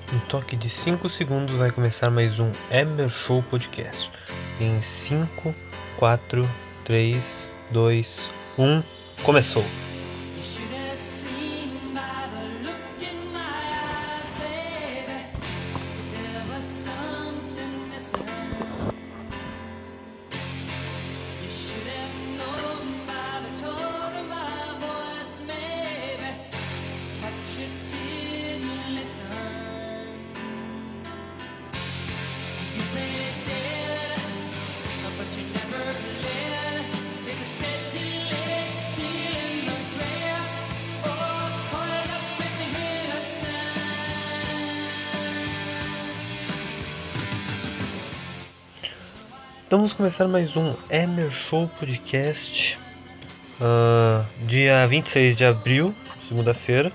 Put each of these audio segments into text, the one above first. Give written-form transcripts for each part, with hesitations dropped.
Um toque de 5 segundos vai começar mais um Emer Show Podcast. Em 5, 4, 3, 2, 1, começou! Então vamos começar mais um Emer Show Podcast, dia 26 de abril, segunda-feira.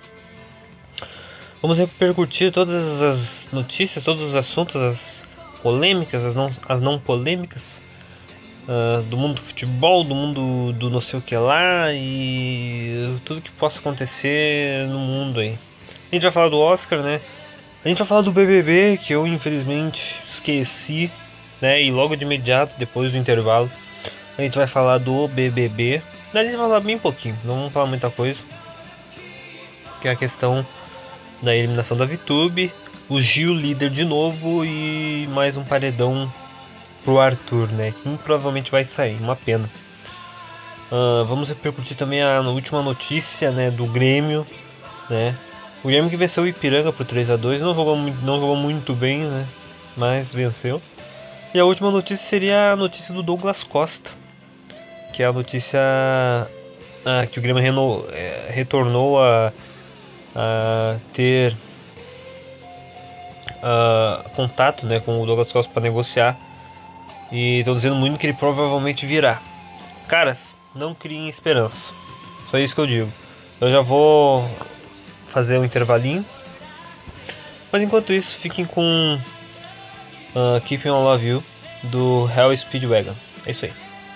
Vamos repercutir todas as notícias, todos os assuntos, as polêmicas, as não polêmicas, do mundo do futebol, do mundo do não sei o que lá e tudo que possa acontecer no mundo aí. A gente vai falar do Oscar, né? A gente vai falar do BBB, que eu infelizmente esqueci, né? E logo de imediato, depois do intervalo, a gente vai falar do BBB. A gente vai falar bem pouquinho, não vamos falar muita coisa, que é a questão da eliminação da VTube, o Gil líder de novo e mais um paredão pro Arthur, né? Que provavelmente vai sair, uma pena. Vamos repercutir também a última notícia, né? Do Grêmio, né? O Grêmio que venceu o Ipiranga por 3-2, não jogou muito bem, né? Mas venceu. E a última notícia seria a notícia do Douglas Costa, que é a notícia que o Grêmio retornou a ter contato, né, com o Douglas Costa para negociar. E estão dizendo muito que ele provavelmente virá. Caras, não criem esperança. Só isso que eu digo. Eu já vou fazer um intervalinho. Mas enquanto isso, fiquem com Keeping on Love You do Hell Speedwagon. É isso aí.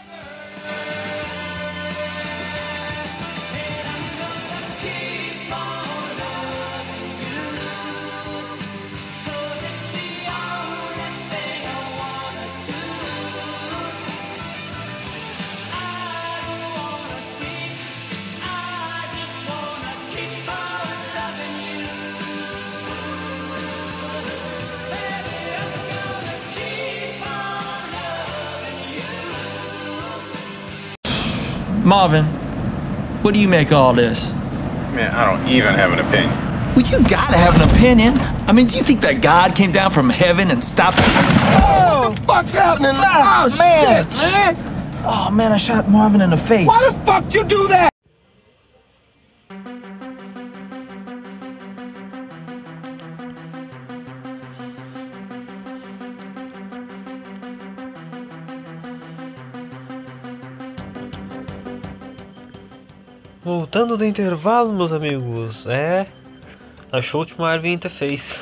Marvin, what do you make of all this? Man, I don't even have an opinion. Well, you gotta have an opinion. I mean, do you think that God came down from heaven and stopped? Oh, what the fuck's happening? Oh, man, shit, man! Oh man, I shot Marvin in the face. Why the fuck you do that? Voltando do intervalo, meus amigos, achou o último Arvin fez.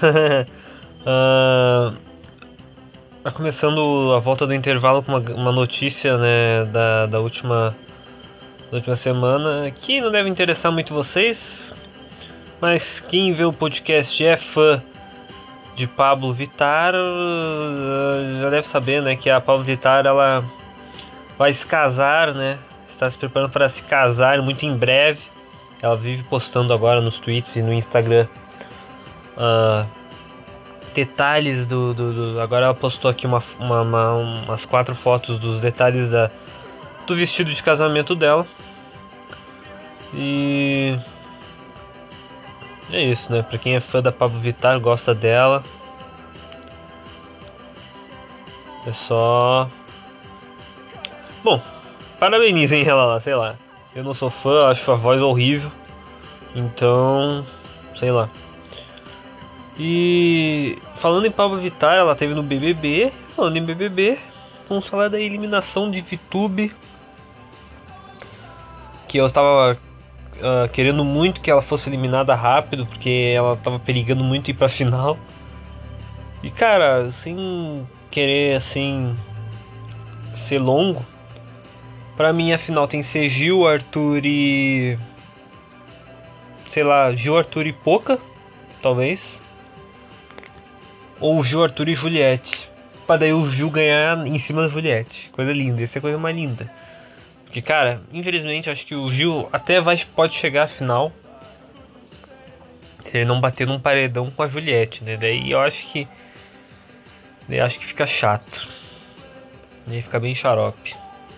Tá começando a volta do intervalo com uma notícia, né, da última semana, que não deve interessar muito vocês, mas quem vê o podcast é fã de Pablo Vittar, já deve saber, né, que a Pablo Vittar ela vai se casar, né? Está se preparando para se casar muito em breve. Ela vive postando agora nos tweets e no Instagram detalhes agora ela postou aqui umas 4 fotos dos detalhes do vestido de casamento dela. E é isso, né? Para quem é fã da Pablo Vittar, gosta dela, é só... Bom, parabenizem ela lá, sei lá. Eu não sou fã, acho a voz horrível. Então, sei lá. E falando em Pablo Vittar, ela teve no BBB. Falando em BBB, vamos falar da eliminação de VTube, que eu estava querendo muito que ela fosse eliminada rápido, porque ela estava perigando muito ir pra final. E cara, sem querer assim ser longo, pra mim a final tem que ser Gil, Arthur e... sei lá, Gil, Arthur e Poca, talvez. ou o Gil, Arthur e Juliette, pra daí o Gil ganhar em cima da Juliette. Coisa linda, essa é a coisa mais linda. Porque, cara, infelizmente acho que o Gil até pode chegar à final se ele não bater num paredão com a Juliette, né? Daí eu acho que fica chato. Daí fica bem xarope.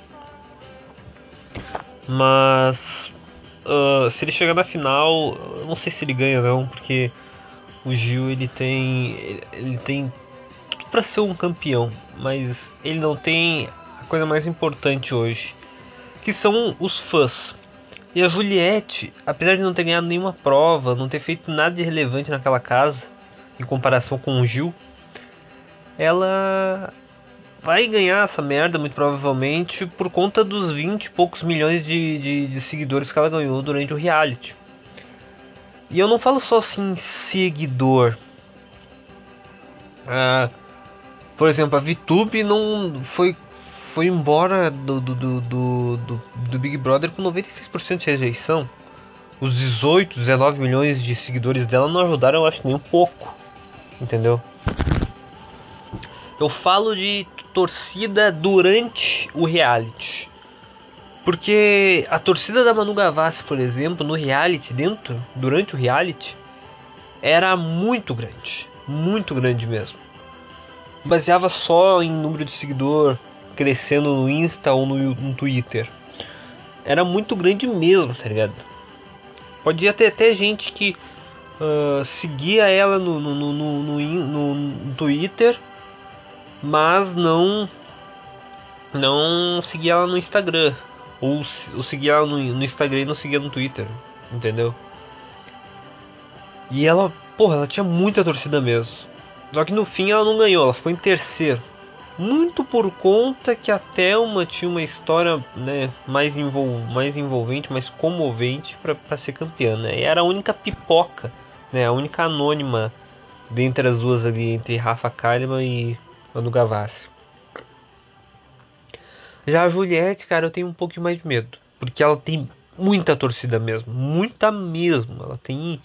Mas se ele chegar na final, eu não sei se ele ganha não, porque o Gil ele tem tudo pra ser um campeão, mas ele não tem a coisa mais importante hoje, que são os fãs. E a Juliette, apesar de não ter ganhado nenhuma prova, não ter feito nada de relevante naquela casa, em comparação com o Gil, ela vai ganhar essa merda muito provavelmente por conta dos 20 e poucos milhões de seguidores que ela ganhou durante o reality. E eu não falo só assim seguidor. Por exemplo, a VTube não foi embora do Big Brother com 96% de rejeição. Os 18, 19 milhões de seguidores dela não ajudaram, eu acho, nem um pouco. Entendeu? Eu falo de torcida durante o reality. Porque a torcida da Manu Gavassi, por exemplo, no reality, durante o reality, era muito grande mesmo. Baseava só em número de seguidor crescendo no Insta ou no Twitter. Era muito grande mesmo, tá ligado? Podia ter até gente que seguia ela no Twitter, mas não seguia ela no Instagram. Ou seguia ela no Instagram e não seguia no Twitter, entendeu? E ela tinha muita torcida mesmo. Só que no fim ela não ganhou, ela ficou em terceiro. Muito por conta que a Thelma tinha uma história, né, mais envolvente, mais comovente para ser campeã, né? E era a única pipoca, né, a única anônima dentre as duas ali, entre Rafa Kalimann e Manu Gavassi. Já a Juliette, cara, eu tenho um pouco mais de medo, porque ela tem muita torcida mesmo, muita mesmo. Ela tem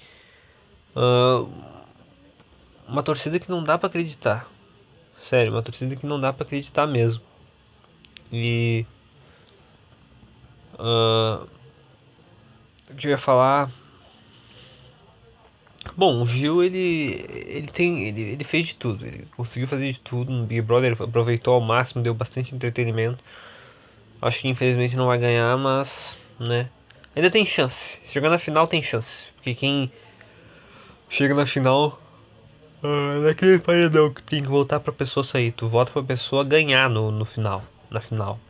uma torcida que não dá pra acreditar. Sério, uma torcida que não dá pra acreditar mesmo. E eu ia falar. Bom, o Gil ele fez de tudo. Ele conseguiu fazer de tudo no Big Brother, ele aproveitou ao máximo, deu bastante entretenimento. Acho que infelizmente não vai ganhar, mas, né, ainda tem chance. Se chegar na final tem chance, porque quem chega na final naquele paredão que tem que voltar pra pessoa sair. Tu vota pra pessoa ganhar no final. Na final.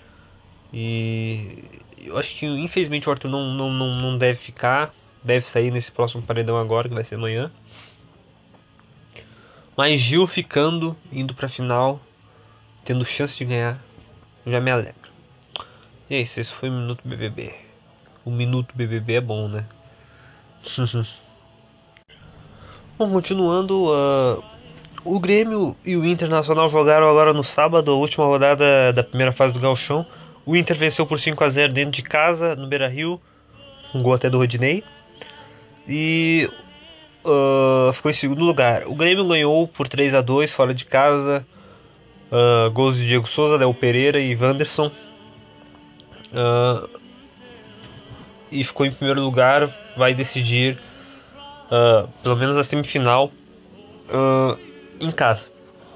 E eu acho que infelizmente o Arthur não deve ficar. Deve sair nesse próximo paredão agora, que vai ser amanhã. Mas Gil ficando, indo pra final, tendo chance de ganhar, já me alegra. E é isso, esse foi o Minuto BBB. O Minuto BBB é bom, né? Bom, continuando, o Grêmio e o Internacional jogaram agora no sábado, a última rodada da primeira fase do Gauchão. O Inter venceu por 5-0 dentro de casa, no Beira-Rio, um gol até do Rodinei. E ficou em segundo lugar. O Grêmio ganhou por 3-2 fora de casa, gols de Diego Souza, Léo Pereira e Wanderson. E ficou em primeiro lugar, vai decidir pelo menos a semifinal em casa.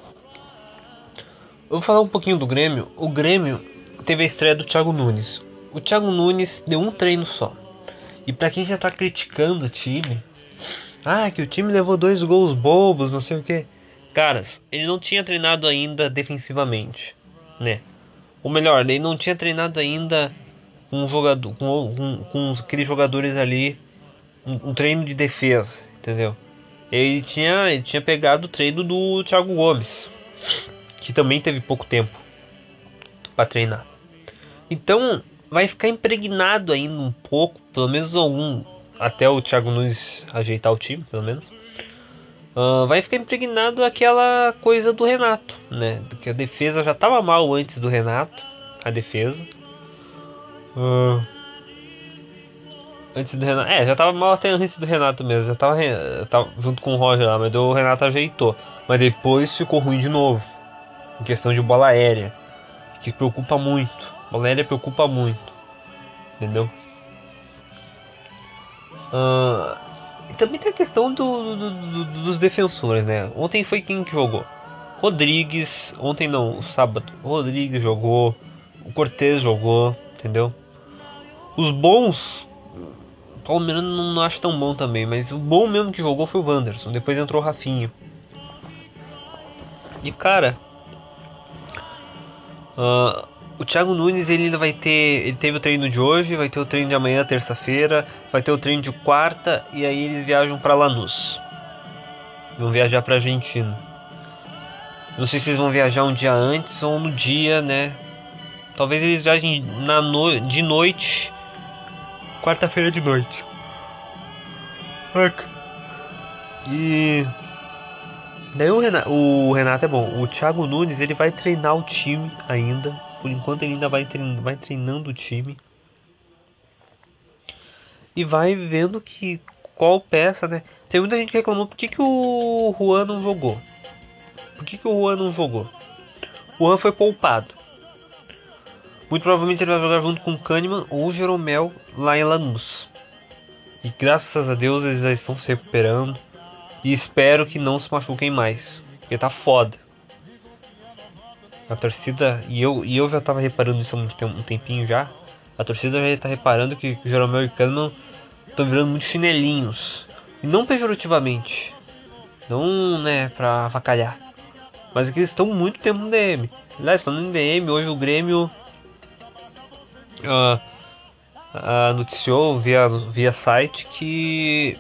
Eu vou falar um pouquinho do Grêmio. O Grêmio teve a estreia do Thiago Nunes. O Thiago Nunes deu um treino só. E pra quem já tá criticando o time, que o time levou 2 gols bobos, não sei o que. Caras, ele não tinha treinado ainda defensivamente, né? Ou melhor, ele não tinha treinado ainda com um jogador, com aqueles jogadores ali, um treino de defesa, entendeu? Ele tinha pegado o treino do Thiago Gomes, que também teve pouco tempo para treinar. Então vai ficar impregnado ainda um pouco, pelo menos até o Thiago Nunes ajeitar o time, pelo menos. Vai ficar impregnado aquela coisa do Renato, né? Que a defesa já estava mal antes do Renato, a defesa. Antes do Renato. Já tava mal até antes do Renato mesmo. Já tava junto com o Roger lá, mas o Renato ajeitou. Mas depois ficou ruim de novo. Em questão de bola aérea. Que preocupa muito. Bola aérea preocupa muito. Entendeu? E também tem a questão dos defensores, né? Ontem foi quem que jogou? Rodrigues. Ontem não, o sábado. O Rodrigues jogou. O Cortez jogou. Entendeu? Os bons. O Palmeiras não acho tão bom também, mas o bom mesmo que jogou foi o Wanderson. Depois entrou o Rafinho. E cara, o Thiago Nunes ele ainda vai ter. Ele teve o treino de hoje, vai ter o treino de amanhã, terça-feira, vai ter o treino de quarta e aí eles viajam para Lanús. Vão viajar para Argentina. Não sei se eles vão viajar um dia antes ou no dia, né? Talvez eles viajem de noite. Quarta-feira de noite. E daí o Renato é bom. O Thiago Nunes ele vai treinar o time ainda. Por enquanto ele ainda vai treinando o time. E vai vendo qual peça, né? Tem muita gente que reclamou por que o Juan não jogou. Por que o Juan não jogou? O Juan foi poupado. Muito provavelmente ele vai jogar junto com o Kahneman ou o Jeromel lá em Lanús. E graças a Deus eles já estão se recuperando. E espero que não se machuquem mais. Porque tá foda. A torcida, e eu já tava reparando isso há um tempinho já. A torcida já tá reparando que o Jeromel e o Kahneman estão virando muito chinelinhos. E não pejorativamente. Não, né, pra avacalhar. Mas é que eles estão muito tempo no DM. Aliás, falando em DM, hoje o Grêmio noticiou via site que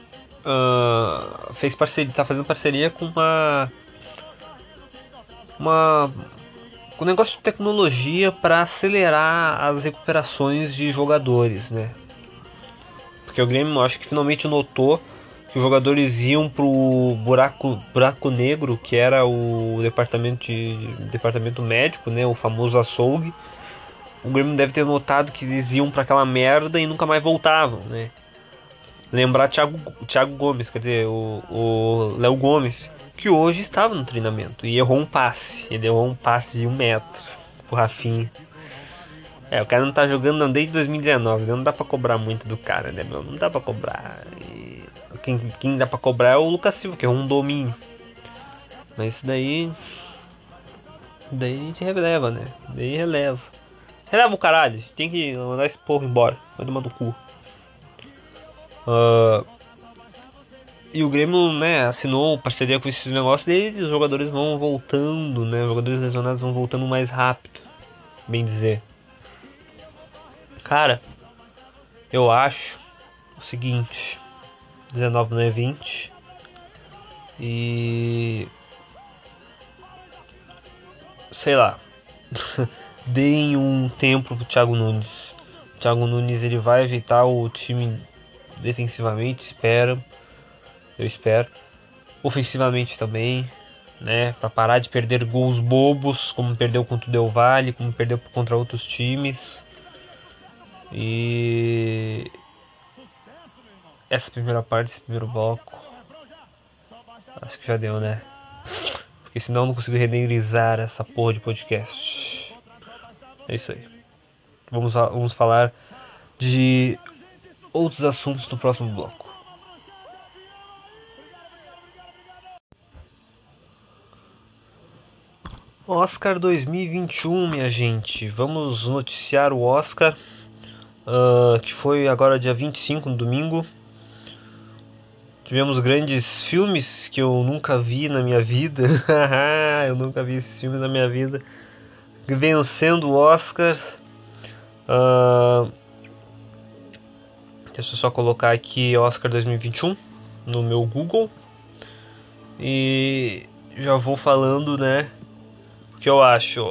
fez parceria, tá fazendo parceria com com um negócio de tecnologia para acelerar as recuperações de jogadores, né? Porque o Grêmio acho que finalmente notou que os jogadores iam pro buraco negro, que era o departamento médico, né? O famoso açougue. O Grêmio deve ter notado que eles iam para aquela merda e nunca mais voltavam, né? Lembrar Thiago Gomes, quer dizer, o Léo Gomes, que hoje estava no treinamento e errou um passe. Ele errou um passe de 1 metro pro Rafinha. O cara não tá jogando desde 2019, não dá pra cobrar muito do cara, né, meu? Não dá pra cobrar. E quem dá pra cobrar é o Lucas Silva, que é um domínio. Mas isso daí a gente releva, né? Daí releva. Releva o caralho, tem que mandar esse porra embora. Vai tomar do cu. E o Grêmio, né, assinou parceria com esses negócios e os jogadores vão voltando, né? Os jogadores lesionados vão voltando mais rápido, bem dizer. Cara, eu acho o seguinte: 19 não é 20. E sei lá. Deem um tempo pro Thiago Nunes. O Thiago Nunes ele vai ajeitar o time defensivamente, eu espero. Ofensivamente também, né? Para parar de perder gols bobos, como perdeu contra o Del Valle, como perdeu contra outros times. E essa primeira parte, esse primeiro bloco, acho que já deu, né? Porque senão eu não consigo renderizar essa porra de podcast. É isso aí. Vamos falar de outros assuntos no próximo bloco. Oscar 2021, minha gente. Vamos noticiar o Oscar, que foi agora dia 25, no domingo. Tivemos grandes filmes que eu nunca vi na minha vida. Eu nunca vi esses filmes na minha vida vencendo o Oscar. Deixa eu só colocar aqui Oscar 2021 no meu Google e já vou falando, né, o que eu acho.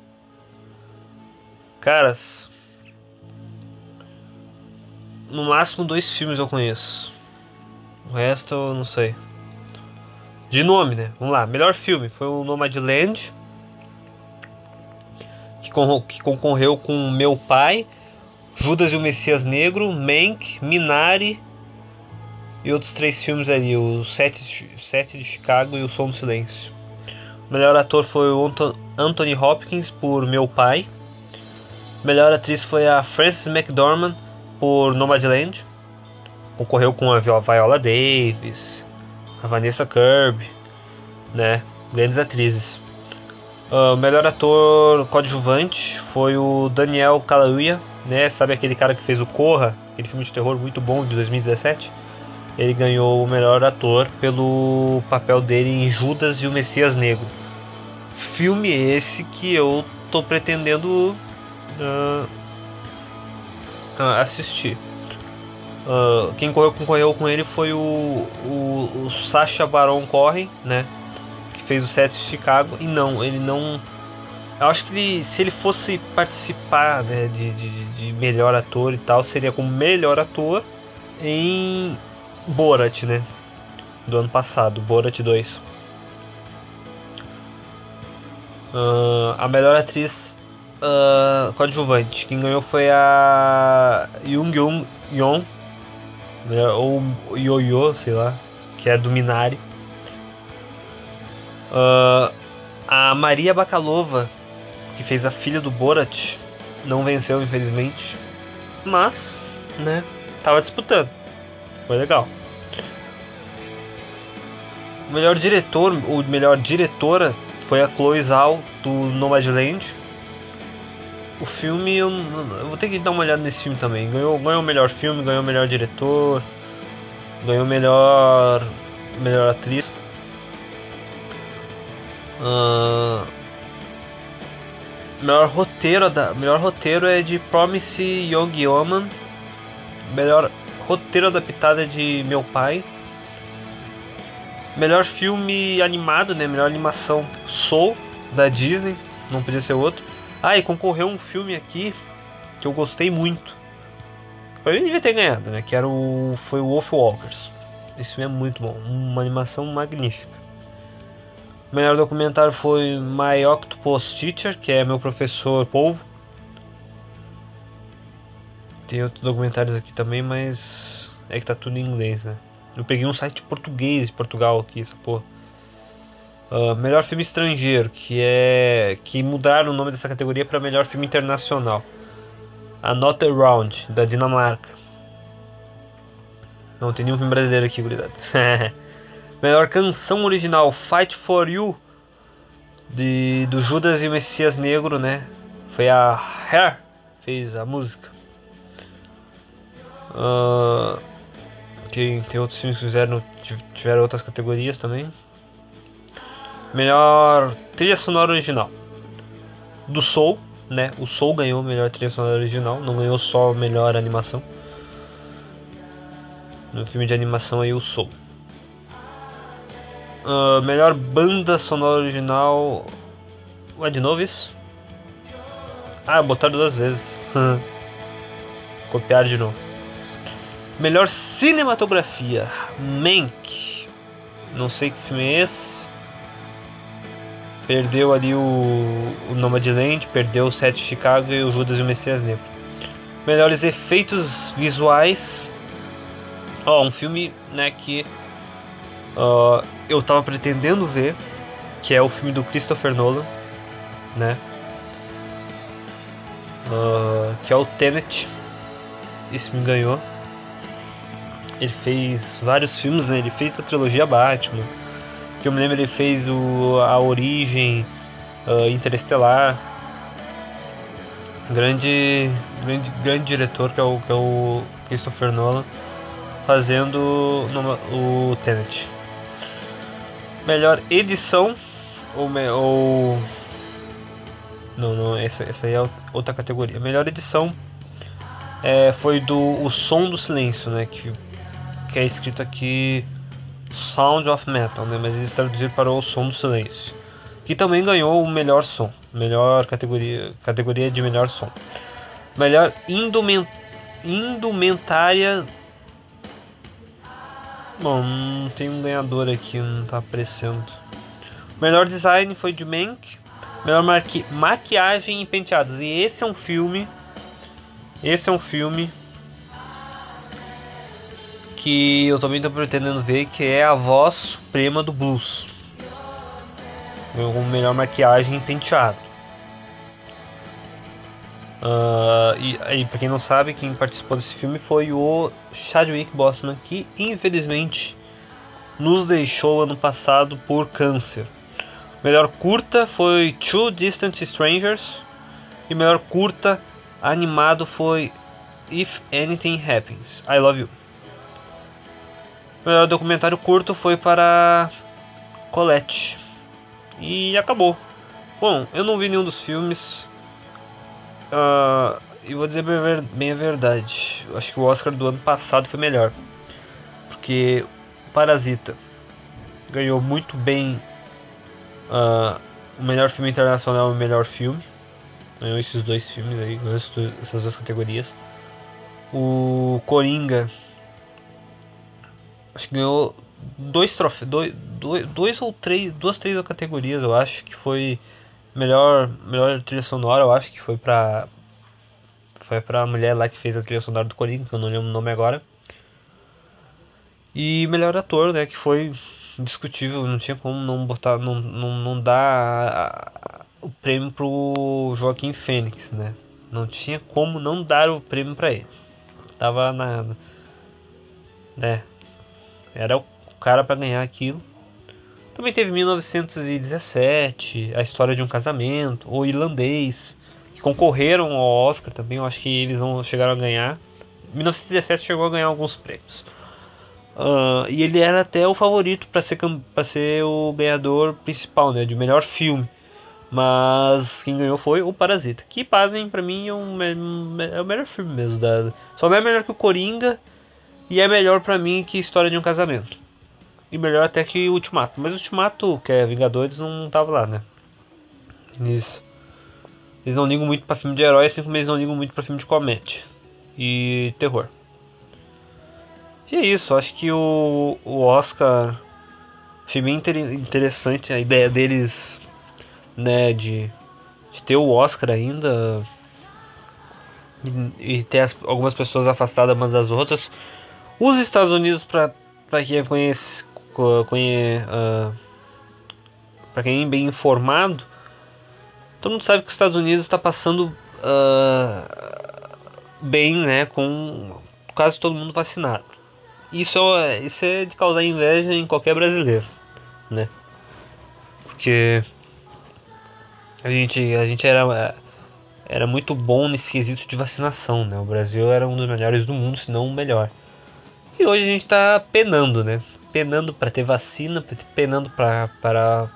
Caras, no máximo 2 filmes eu conheço, o resto eu não sei. De nome, né? Vamos lá. Melhor filme foi o Nomadland, que concorreu com Meu Pai, Judas e o Messias Negro, Mank, Minari e outros 3 filmes ali, o Sete de Chicago e o Som do Silêncio. O melhor ator foi o Anthony Hopkins por Meu Pai. Melhor atriz foi a Frances McDormand por Nomadland. Concorreu com a Viola Davis, a Vanessa Kirby, né? Grandes atrizes. O melhor ator coadjuvante foi o Daniel Kaluuya, né? Sabe aquele cara que fez o Corra, aquele filme de terror muito bom de 2017? Ele ganhou o melhor ator pelo papel dele em Judas e o Messias Negro. Filme esse que eu tô pretendendo assistir. Quem concorreu com ele foi o Sacha Baron Cohen, né? Que fez o Sete de Chicago. E não, ele não. Eu acho que se ele fosse participar, né, de melhor ator e tal, seria como melhor ator em Borat, né? Do ano passado, Borat 2. A melhor atriz coadjuvante, quem ganhou foi a Yoon Yeon, ou Yo-Yo, sei lá, que é do Minari. A Maria Bakalova, que fez a filha do Borat, não venceu, infelizmente, mas, né, tava disputando, foi legal. O melhor diretor, ou melhor diretora, foi a Chloe Zhao do Nomadland. O filme, eu vou ter que dar uma olhada nesse filme também. Ganhou o melhor filme, ganhou o melhor diretor, ganhou melhor atriz. Melhor roteiro é de Promise Young Woman. Melhor roteiro adaptado é de Meu Pai. Melhor filme animado, né? Melhor animação, Soul, da Disney. Não podia ser outro. E concorreu um filme aqui que eu gostei muito. Pra mim devia ter ganhado, né? Que foi o Wolfwalkers. Esse filme é muito bom. Uma animação magnífica. O melhor documentário foi My Octopus Teacher, que é Meu Professor Polvo. Tem outros documentários aqui também, mas é que tá tudo em inglês, né? Eu peguei um site português de Portugal aqui, essa porra. Melhor filme estrangeiro, que mudaram o nome dessa categoria para melhor filme internacional. Another Round, da Dinamarca. Não tem nenhum filme brasileiro aqui, gurizada. Melhor canção original, Fight For You, do Judas e o Messias Negro, né? Foi a Hair que fez a música. Tem outros filmes que tiveram outras categorias também. Melhor trilha sonora original do Soul, né? O Soul ganhou melhor trilha sonora original, não ganhou só melhor animação. No filme de animação aí, o Soul. Melhor banda sonora original. Ué, de novo isso? Botaram 2 vezes. Copiaram de novo. Melhor cinematografia, Mank. Não sei que filme é esse. Perdeu ali o Nomadland, perdeu o Sete de Chicago e o Judas e o Messias Negro. Melhores efeitos visuais. Um filme, né, que eu tava pretendendo ver, que é o filme do Christopher Nolan, né? Que é o Tenet. Esse me ganhou. Ele fez vários filmes, né? Ele fez a trilogia Batman, que eu me lembro, ele fez A Origem, Interestelar. Grande diretor que é o Christopher Nolan, fazendo o Tenet. Melhor edição não, essa aí é outra categoria. Melhor edição foi O Som do Silêncio, né? Que é escrito aqui Sound of Metal, né? Mas eles traduziram para O Som do Silêncio, que também ganhou o melhor som, melhor categoria de melhor som. Melhor indumentária. Bom, não tem um ganhador aqui, não tá aparecendo. Melhor design foi de Mank. Melhor maquiagem e penteados. E esse é um filme Esse é um filme que eu também tô pretendendo ver, que é A Voz Suprema do Blues. Com melhor maquiagem e penteado. E pra quem não sabe, quem participou desse filme foi o Chadwick Boseman, que infelizmente nos deixou ano passado por câncer. O melhor curta foi Two Distant Strangers. E o melhor curta animado foi If Anything Happens, I Love You. O melhor documentário curto foi para Colette. E acabou. Bom, eu não vi nenhum dos filmes. E vou dizer bem a verdade. Eu acho que o Oscar do ano passado foi melhor. Porque Parasita ganhou muito bem o melhor filme internacional e o melhor filme. Ganhou esses dois filmes aí, ganhou essas duas categorias. O Coringa, acho que ganhou dois ou três, três categorias, eu acho que foi melhor trilha sonora, eu acho que foi pra mulher lá que fez a trilha sonora do Coringa, que eu não lembro o nome agora. E melhor ator, né, que foi indiscutível, não tinha como não botar, não dar o prêmio pro Joaquim Fênix, né? Não tinha como não dar o prêmio pra ele. Tava né? Era o cara pra ganhar aquilo. Também teve 1917, A História de um Casamento, O Irlandês, que concorreram ao Oscar também. Eu acho que eles não chegaram a ganhar. 1917 chegou a ganhar alguns prêmios. E ele era até o favorito para ser o ganhador principal, né, de melhor filme. Mas quem ganhou foi o Parasita, que, pasmem, pra mim é o melhor filme mesmo. Só não é melhor que o Coringa, e é melhor pra mim que História de um Casamento. E melhor até que o Ultimato. Mas o Ultimato, que é Vingadores, não tava lá, né? Eles não ligam muito pra filme de herói, assim como eles não ligam muito pra filme de comédia e terror. E é isso, acho que o Oscar, achei bem interessante a ideia deles, né, de ter o Oscar ainda e ter algumas pessoas afastadas umas das outras. Os Estados Unidos, para quem conhece, para quem é bem informado, todo mundo sabe que os Estados Unidos está passando bem, né, com quase todo mundo vacinado. Isso é de causar inveja em qualquer brasileiro, né? Porque a gente era muito bom nesse quesito de vacinação, né? O Brasil era um dos melhores do mundo, se não o melhor. E hoje a gente tá penando, né? Penando para ter vacina, penando para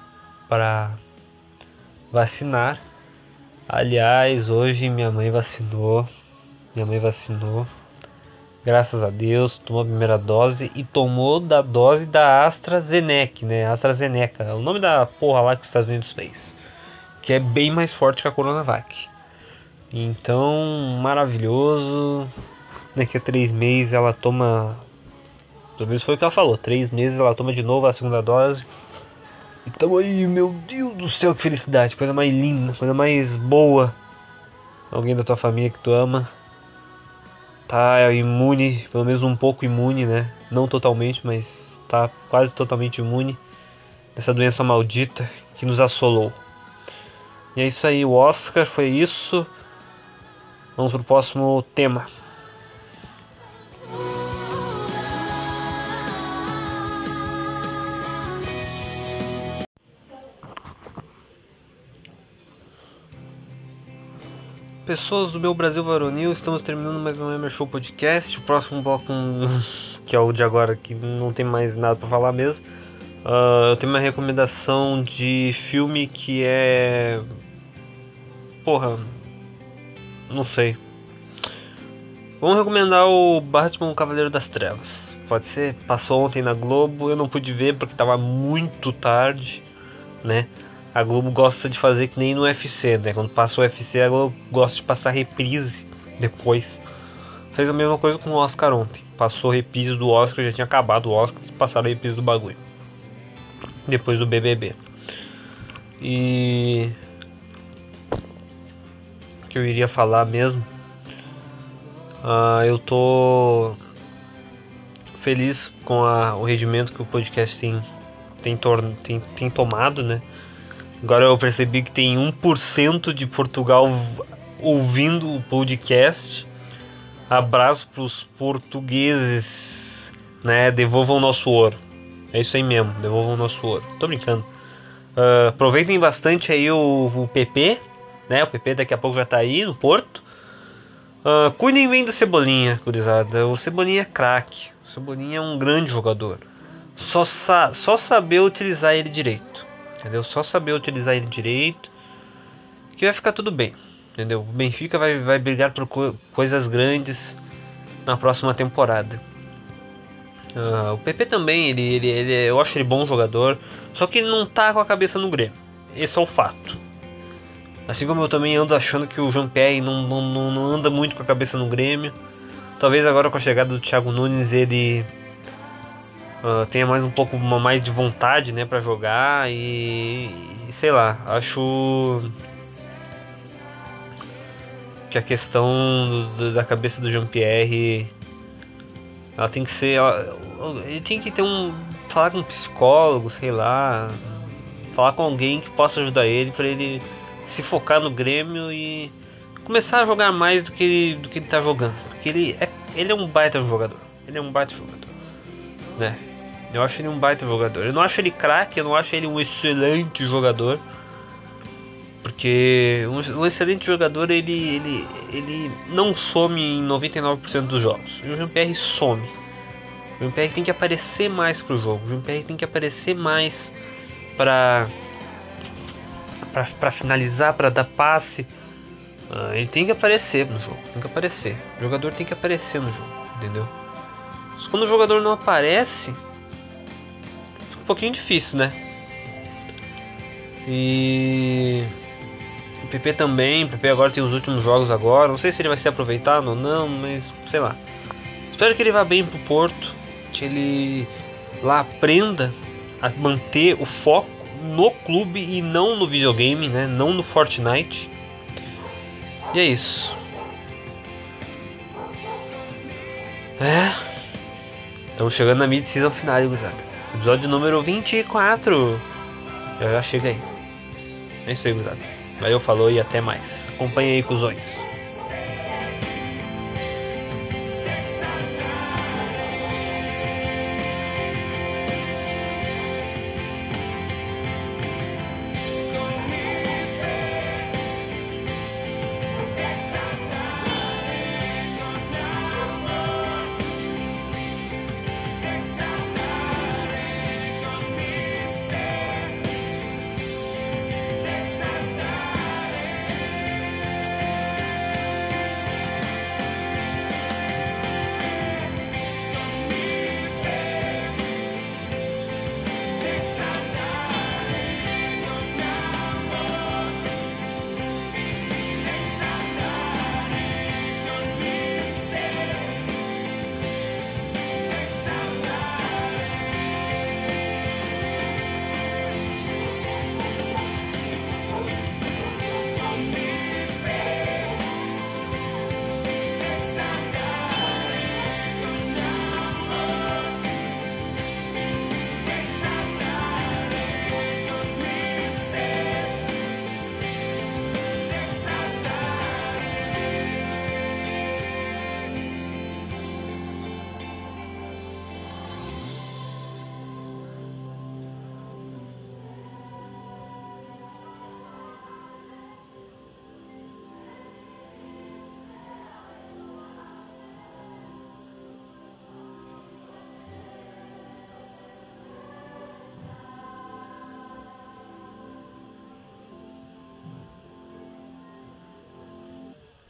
vacinar. Aliás, hoje minha mãe vacinou. Graças a Deus, tomou a primeira dose e tomou da dose da AstraZeneca, né? AstraZeneca, é o nome da porra lá que os Estados Unidos fez, que é bem mais forte que a Coronavac. Então, maravilhoso. Daqui a 3 meses ela toma, pelo menos foi o que ela falou, 3 meses ela toma de novo a segunda dose. Então aí, meu Deus do céu, que felicidade, coisa mais linda, coisa mais boa. Alguém da tua família que tu ama tá imune, pelo menos um pouco imune, né? Não totalmente, mas tá quase totalmente imune dessa doença maldita que nos assolou. E é isso aí, o Oscar foi isso. Vamos pro próximo tema. Pessoas do meu Brasil Varonil, estamos terminando mais um Emer Show Podcast. O próximo bloco, que é o de agora, que não tem mais nada pra falar mesmo. Eu tenho uma recomendação de filme que é... Porra, não sei. Vamos recomendar o Batman, o Cavaleiro das Trevas. Pode ser? Passou ontem na Globo, eu não pude ver porque tava muito tarde, né? A Globo gosta de fazer que nem no UFC, né? Quando passa o UFC, a Globo gosta de passar reprise depois. Fez a mesma coisa com o Oscar ontem. Passou reprise do Oscar, já tinha acabado o Oscar, passaram a reprise do bagulho. Depois do BBB. E... o que eu iria falar mesmo Eu tô feliz com o rendimento que o podcast tem tomado, né? Agora eu percebi que tem 1% de Portugal ouvindo o podcast. Abraço pros portugueses, né? Devolvam o nosso ouro. É isso aí mesmo, devolvam o nosso ouro. Tô brincando. Aproveitem bastante aí o PP, né? O PP daqui a pouco já tá aí no Porto. Cuidem bem do Cebolinha, gurizada. O Cebolinha é craque. O Cebolinha é um grande jogador. Só saber utilizar ele direito, entendeu? Só saber utilizar ele direito, que vai ficar tudo bem, entendeu? O Benfica vai brigar por coisas grandes na próxima temporada. O PP também, eu acho ele bom jogador, só que ele não tá com a cabeça no Grêmio. Esse é o fato. Assim como eu também ando achando que o Jean-Pierre não anda muito com a cabeça no Grêmio. Talvez agora com a chegada do Thiago Nunes ele tenha mais um pouco mais de vontade, né, para jogar e sei lá, acho que a questão da cabeça do Jean-Pierre, ela tem que ser, ele tem que falar com um psicólogo, sei lá, falar com alguém que possa ajudar ele para ele se focar no Grêmio e começar a jogar mais do que ele tá jogando, porque ele é um baita jogador, né? Eu acho ele um baita jogador. Eu não acho ele craque, eu não acho ele um excelente jogador, porque um excelente jogador ele não some em 99% dos jogos. E o Jean-Pierre some. O Jean-Pierre tem que aparecer mais pro jogo. O Jean-Pierre tem que aparecer mais para finalizar, para dar passe. Ele tem que aparecer no jogo. Tem que aparecer. O jogador tem que aparecer no jogo, entendeu? Mas quando o jogador não aparece, um pouquinho difícil, né? E o PP também. O PP agora tem os últimos jogos agora. Não sei se ele vai ser aproveitado ou não, mas sei lá. Espero que ele vá bem pro Porto, que ele lá aprenda a manter o foco no clube e não no videogame, né? Não no Fortnite. E é isso. Estamos chegando na mid-season final, gurizada. Episódio número 24. Já chega aí. É isso aí, gurizada. Valeu, falou e até mais. Acompanhe aí, cuzões.